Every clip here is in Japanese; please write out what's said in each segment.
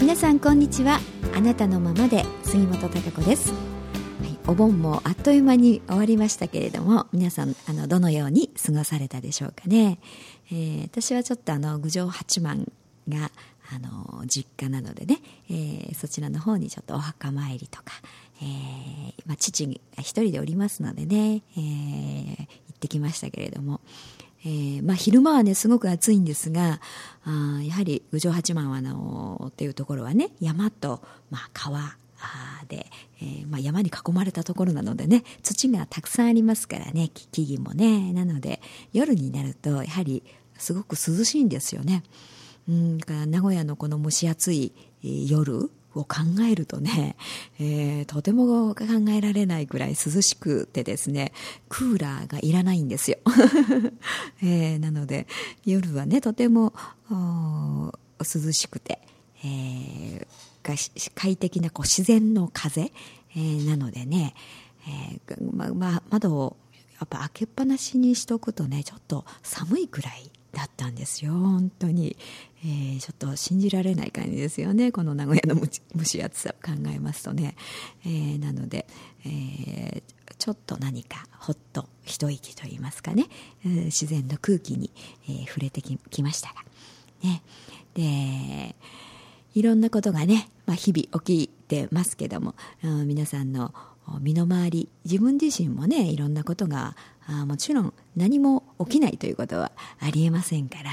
皆さんこんにちは。あなたのままで杉本孝子です。お盆もあっという間に終わりましたけれども、皆さんどのように過ごされたでしょうかね。私はちょっと郡上八幡が実家なのでね、そちらの方にちょっとお墓参りとか、父が一人でおりますのでね、行ってきましたけれども、昼間はねすごく暑いんですが、やはり郡上八幡はっていうところはね、山と、川で、山に囲まれたところなのでね、土がたくさんありますからね、木々もね。なので夜になるとやはりすごく涼しいんですよね。だから名古屋のこの蒸し暑い夜を考えるとね、とても考えられないぐらい涼しくてですね、クーラーがいらないんですよ、なので夜はねとても涼しくて、快適な自然の風、なのでね、窓をやっぱ開けっぱなしにしとくとね、ちょっと寒いくらいだったんですよ。本当に、ちょっと信じられない感じですよね、この名古屋の蒸し暑さを考えますとね。なので、ちょっと何かほっと一息といいますかね、自然の空気に、触れてきましたが、ね。でいろんなことがね、日々起きてますけども、皆さんの身の回り、自分自身もね、いろんなことがもちろん何も起きないということはありえませんから、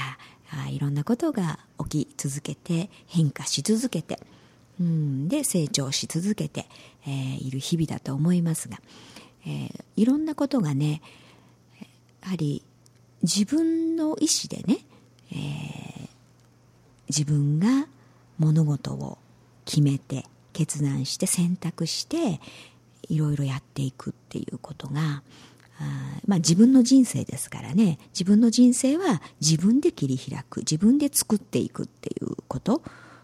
いろんなことが起き続けて、変化し続けて、で成長し続けて、いる日々だと思いますが、いろんなことがね、やはり自分の意思でね、自分が物事を決めて決断して選択していろいろやっていくっていうことが、自分の人生ですからね、自分の人生は自分で切り開く、自分で作っていくっていうこと、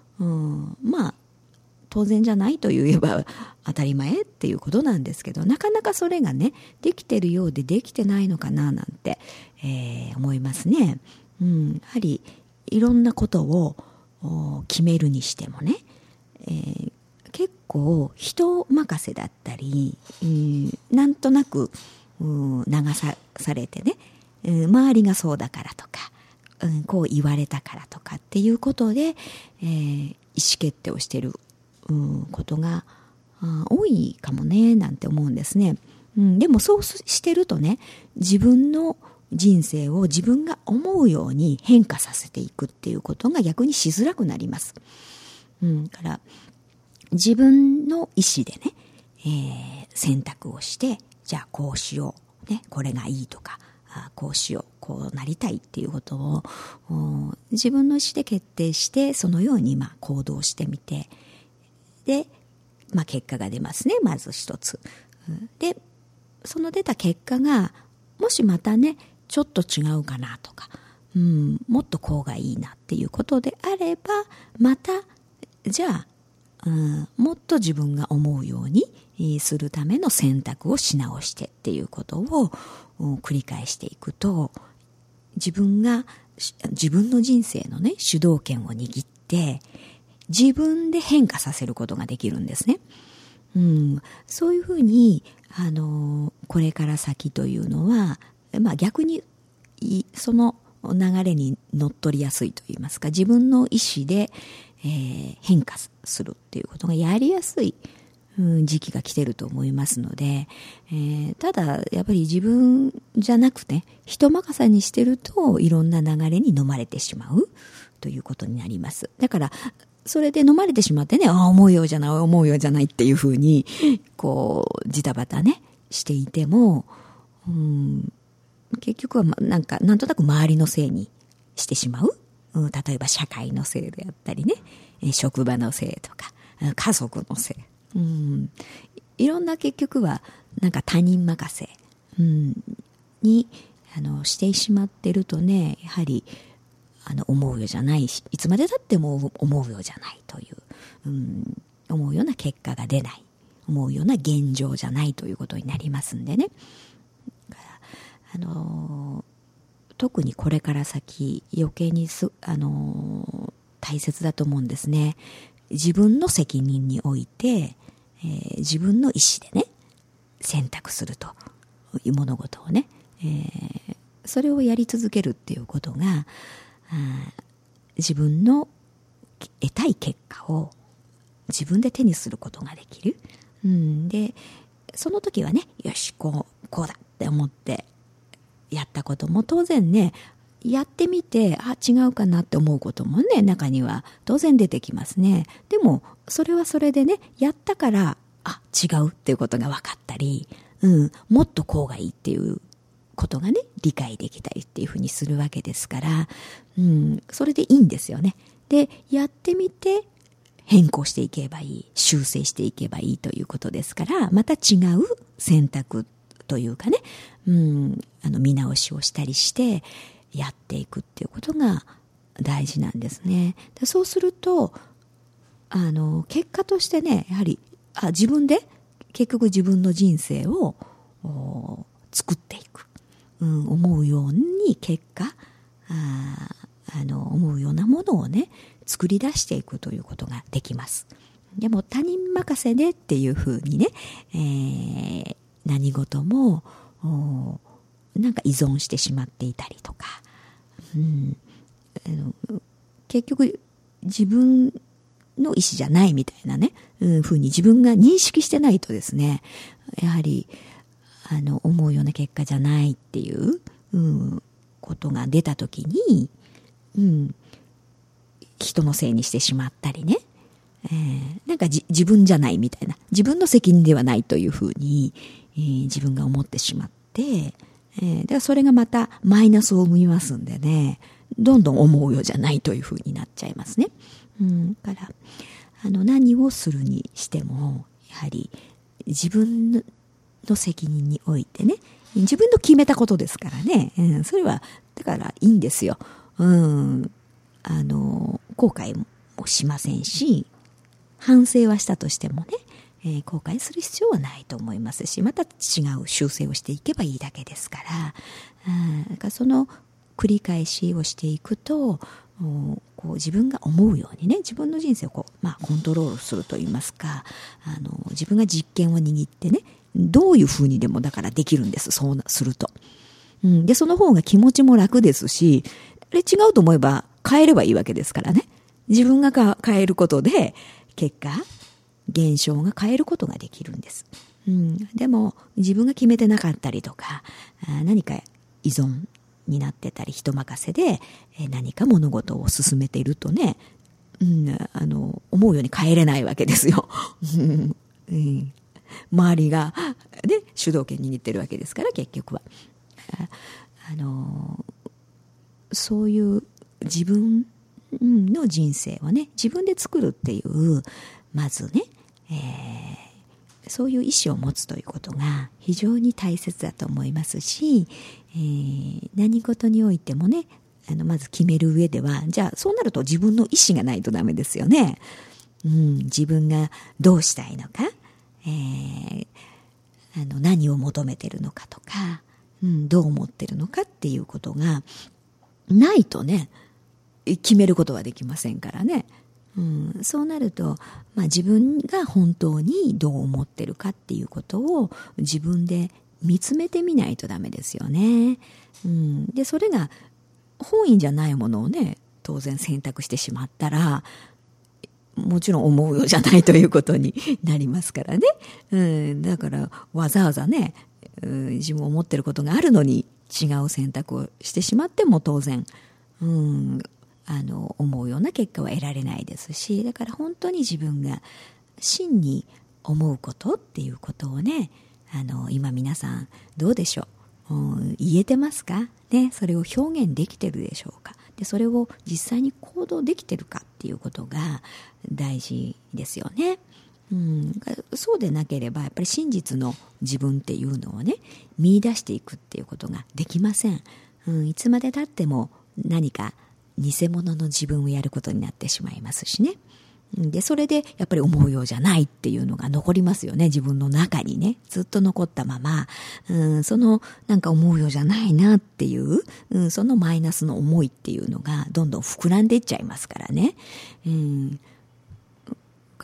当然じゃないと言えば当たり前っていうことなんですけど、なかなかそれがねできてるようでできてないのかななんて、思いますね。やはりいろんなことを決めるにしてもね、結構人任せだったり、なんとなく流されてね、周りがそうだからとか、こう言われたからとかっていうことで、意思決定をしている、ことが多いかもねなんて思うんですね。でもそうしてるとね、自分の人生を自分が思うように変化させていくっていうことが逆にしづらくなります。だから自分の意思でね、選択をして、じゃあこうしよう、ね、これがいいとか、こうしよう、こうなりたいっていうことを自分の意思で決定して、そのように行動してみて、で、結果が出ますね、まず一つ。でその出た結果がもしまたねちょっと違うかなとか、もっとこうがいいなっていうことであれば、またじゃあ、もっと自分が思うようにするための選択をし直してっていうことを繰り返していくと、自分の人生のね主導権を握って自分で変化させることができるんですね。そういうふうにこれから先というのは、逆にその流れに乗っ取りやすいといいますか、自分の意思で、変化するっていうことがやりやすい、時期が来てると思いますので、ただやっぱり自分じゃなくて人任せにしてるといろんな流れに飲まれてしまうということになります。だからそれで飲まれてしまってね、思うようじゃないっていうふうにジタバタねしていても、結局はなんとなく周りのせいにしてしまう。例えば社会のせいであったりね、職場のせいとか家族のせい、いろんな結局は他人任せ、にしてしまってるとね、やはり思うようじゃないし、いつまで経っても思うようじゃないという、思うような結果が出ない、思うような現状じゃないということになりますんでね。特にこれから先余計に大切だと思うんですね。 自分の責任において、自分の意思でね選択するという物事をね、それをやり続けるっていうことが自分の得たい結果を自分で手にすることができる、でその時はね、よしこうだって思ってやったことも当然ね、やってみて違うかなって思うこともね、中には当然出てきますね。でもそれはそれでね、やったから違うっていうことが分かったり、もっとこうがいいっていうことがね理解できたりっていうふうにするわけですから、それでいいんですよね。でやってみて変更していけばいい、修正していけばいいということですから、また違う選択というかね、見直しをしたりしてやっていくっていうことが大事なんですね。でそうすると結果としてね、やはり自分で結局自分の人生を作っていく、思うように結果思うようなものをね作り出していくということができます。でも他人任せでっていうふうにね、何事もなんか依存してしまっていたりとか、結局自分の意思じゃないみたいなね、ふうに自分が認識してないとですね、やはり思うような結果じゃないっていう、ことが出た時に、人のせいにしてしまったりね、なんか自分じゃないみたいな、自分の責任ではないというふうに、自分が思ってしまって、だからそれがまたマイナスを生みますんでね、どんどん思うようじゃないというふうになっちゃいますね。だから何をするにしてもやはり自分の責任においてね、自分の決めたことですからね、それはだからいいんですよ。後悔もしませんし、反省はしたとしてもね、後悔する必要はないと思いますし、また違う修正をしていけばいいだけですから、だからその繰り返しをしていくと、こう自分が思うようにね、自分の人生をコントロールするといいますか、自分が実権を握ってね、どういうふうにでもだからできるんです、そうすると。でその方が気持ちも楽ですし、違うと思えば変えればいいわけですからね。自分が変えることで結果現象が変えることができるんです。でも自分が決めてなかったりとか、何か依存になってたり人任せで何か物事を進めているとね、思うように変えれないわけですよ。周りが、ね、主導権握ってるわけですから、結局はそういう自分の人生をね自分で作るっていうまずね、そういう意思を持つということが非常に大切だと思いますし、何事においてもねまず決める上では、じゃあそうなると自分の意思がないとダメですよね。自分がどうしたいのか、何を求めてるのかとか、どう思ってるのかっていうことがないとね決めることはできませんからね。そうなると、自分が本当にどう思ってるかっていうことを自分で見つめてみないとダメですよね。でそれが本意じゃないものをね当然選択してしまったら、もちろん思うようじゃないということになりますからね。だからわざわざね、自分思ってることがあるのに違う選択をしてしまっても当然、思うような結果は得られないですし、だから本当に自分が真に思うことっていうことをね、今皆さんどうでしょう、言えてますかね。それを表現できてるでしょうか。でそれを実際に行動できてるかっていうことが大事ですよね。そうでなければやっぱり真実の自分っていうのをね見出していくっていうことができません。いつまで経っても何か偽物の自分をやることになってしまいますしね。でそれでやっぱり思うようじゃないっていうのが残りますよね。自分の中にねずっと残ったまま、そのなんか思うようじゃないなっていう、そのマイナスの思いっていうのがどんどん膨らんでいっちゃいますからね。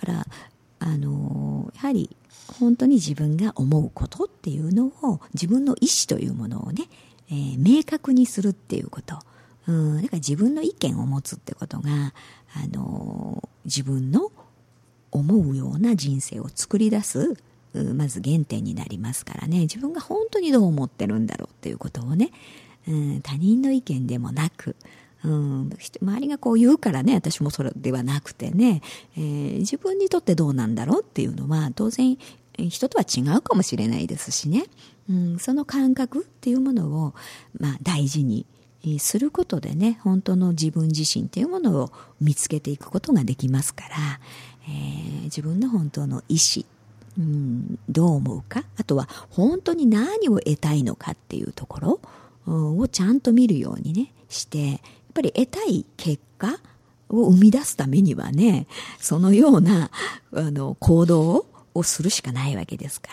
からやはり本当に自分が思うことっていうのを、自分の意思というものをね、明確にするっていうこと、だから自分の意見を持つってことが、自分の思うような人生を作り出す、まず原点になりますからね。自分が本当にどう思ってるんだろうっていうことをね、他人の意見でもなく、周りがこう言うからね、私もそれではなくてね、自分にとってどうなんだろうっていうのは当然人とは違うかもしれないですしね、その感覚っていうものを、大事にすることでね、本当の自分自身っていうものを見つけていくことができますから、自分の本当の意思、どう思うか、あとは本当に何を得たいのかっていうところをちゃんと見るようにねして、やっぱり得たい結果を生み出すためにはね、そのような行動をするしかないわけですから、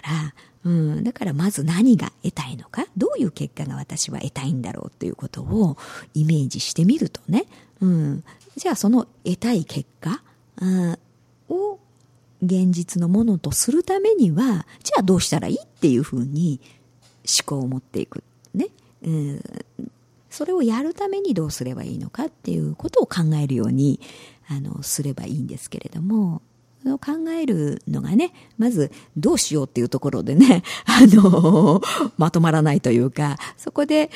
だからまず何が得たいのか、どういう結果が私は得たいんだろうっていうことをイメージしてみるとね、じゃあその得たい結果を現実のものとするためには、じゃあどうしたらいいっていうふうに思考を持っていくね、それをやるためにどうすればいいのかっていうことを考えるようにすればいいんですけれども、考えるのがね、まずどうしようっていうところでね、まとまらないというか、そこで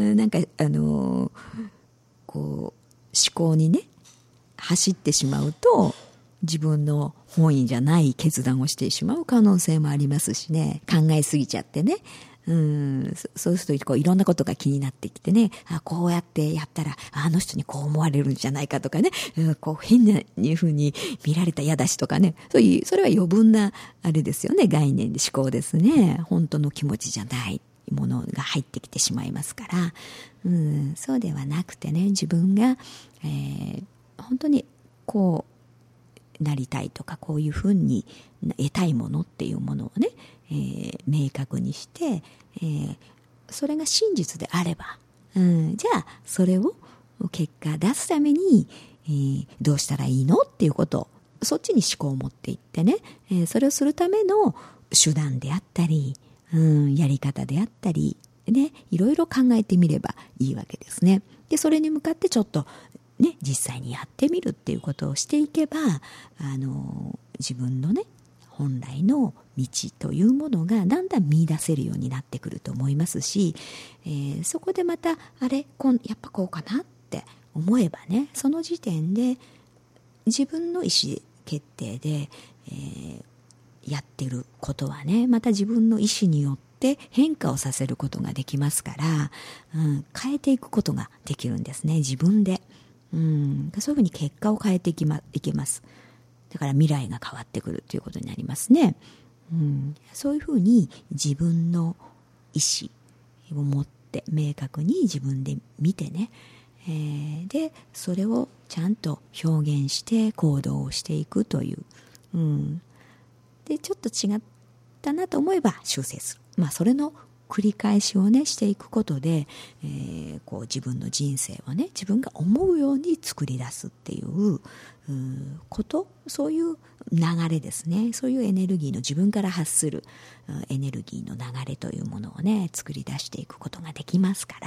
こう思考にね走ってしまうと、自分の本意じゃない決断をしてしまう可能性もありますしね、考えすぎちゃってね、そうするといろんなことが気になってきてね、こうやってやったらあの人にこう思われるんじゃないかとかね、こう変な風に見られたら嫌だしとかね、それは余分なあれですよね、概念で思考ですね。本当の気持ちじゃないものが入ってきてしまいますから、そうではなくてね、自分が、本当にこうなりたいとか、こういうふうに得たいものっていうものをね、明確にして、それが真実であれば、じゃあそれを結果出すために、どうしたらいいのっていうことを、そっちに思考を持っていってね、それをするための手段であったり、やり方であったりね、いろいろ考えてみればいいわけですね。でそれに向かってちょっとね、実際にやってみるっていうことをしていけば、自分のね本来の道というものがだんだん見出せるようになってくると思いますし、そこでまたやっぱこうかなって思えばね、その時点で自分の意思決定で、やってることはね、また自分の意思によって変化をさせることができますから、変えていくことができるんですね、自分で。そういうふうに結果を変えていけます。だから未来が変わってくるということになりますね。そういうふうに自分の意思を持って明確に自分で見てね、でそれをちゃんと表現して行動をしていくという、でちょっと違ったなと思えば修正する、それの繰り返しをねしていくことで、こう自分の人生をね自分が思うように作り出すっていうこと、そういう流れですね。そういうエネルギーの自分から発するエネルギーの流れというものをね作り出していくことができますから、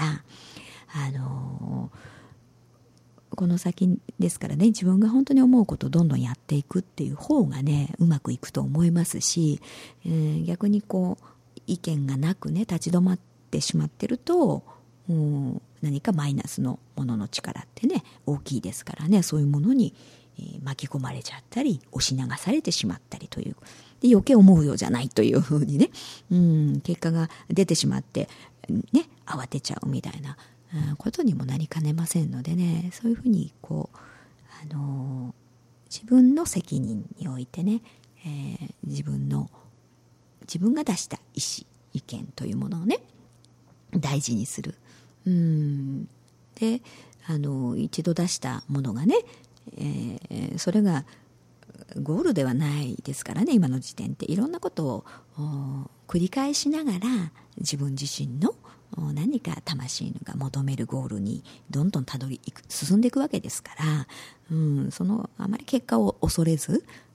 この先ですからね、自分が本当に思うことをどんどんやっていくっていう方がねうまくいくと思いますし、逆にこう意見がなくね立ち止まってしまってると、何かマイナスのものの力ってね大きいですからね、そういうものに、巻き込まれちゃったり押し流されてしまったりという、で余計思うようじゃないというふうにね、結果が出てしまってね慌てちゃうみたいなことにもなりかねませんのでね、そういうふうにこう、自分の責任においてね、自分が出した意見というものをね大事にする。で一度出したものがね、それがゴールではないですからね、今の時点っていろんなことを繰り返しながら自分自身の何か魂が求めるゴールにどんどん進んでいくわけですから、あまり結果を恐れず、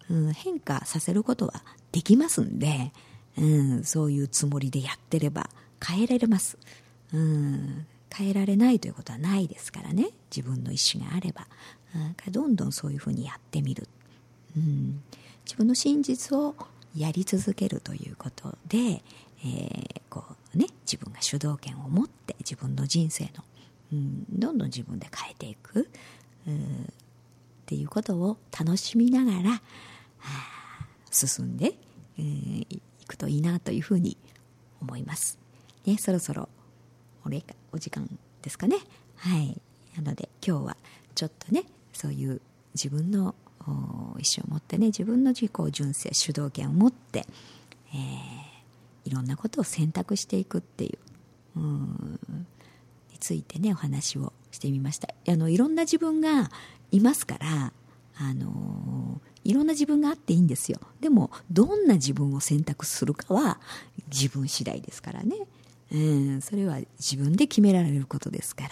変化させることはできますんで、そういうつもりでやってれば変えられます。変えられないということはないですからね、自分の意思があれば。どんどんそういうふうにやってみる、自分の真実をやり続けるということで、自分が主導権を持って自分の人生の、どんどん自分で変えていく、っていうことを楽しみながら進んでいくといいなというふうに思います、そろそろお時間ですかね。なので今日はちょっとね、そういう自分の意思を持ってね、自分の自己純正主導権を持って、いろんなことを選択していくっていうについてね、お話をしてみました。いろんな自分がいますから、いろんな自分があっていいんですよ。でもどんな自分を選択するかは自分次第ですからね。それは自分で決められることですから、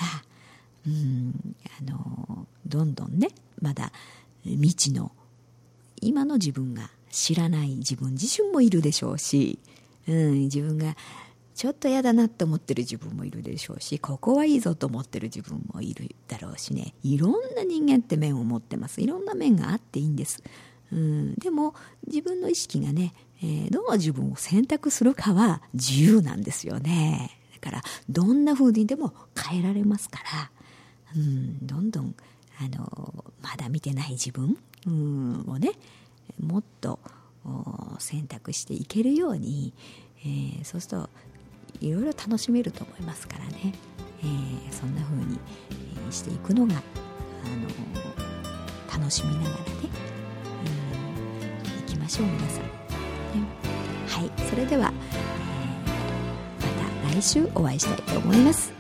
どんどんね、まだ未知の今の自分が知らない自分自身もいるでしょうし、自分がちょっと嫌だなって思ってる自分もいるでしょうし、ここはいいぞと思ってる自分もいるだろうしね、いろんな人間って面を持ってます。いろんな面があっていいんです。でも自分の意識がね、どの自分を選択するかは自由なんですよね。だからどんな風にでも変えられますから、どんどんまだ見てない自分、をね、もっと選択していけるように、そうするといろいろ楽しめると思いますからね、そんな風にしていくのが楽しみながらね、いきましょう皆さん、はい、それでは、また来週お会いしたいと思います。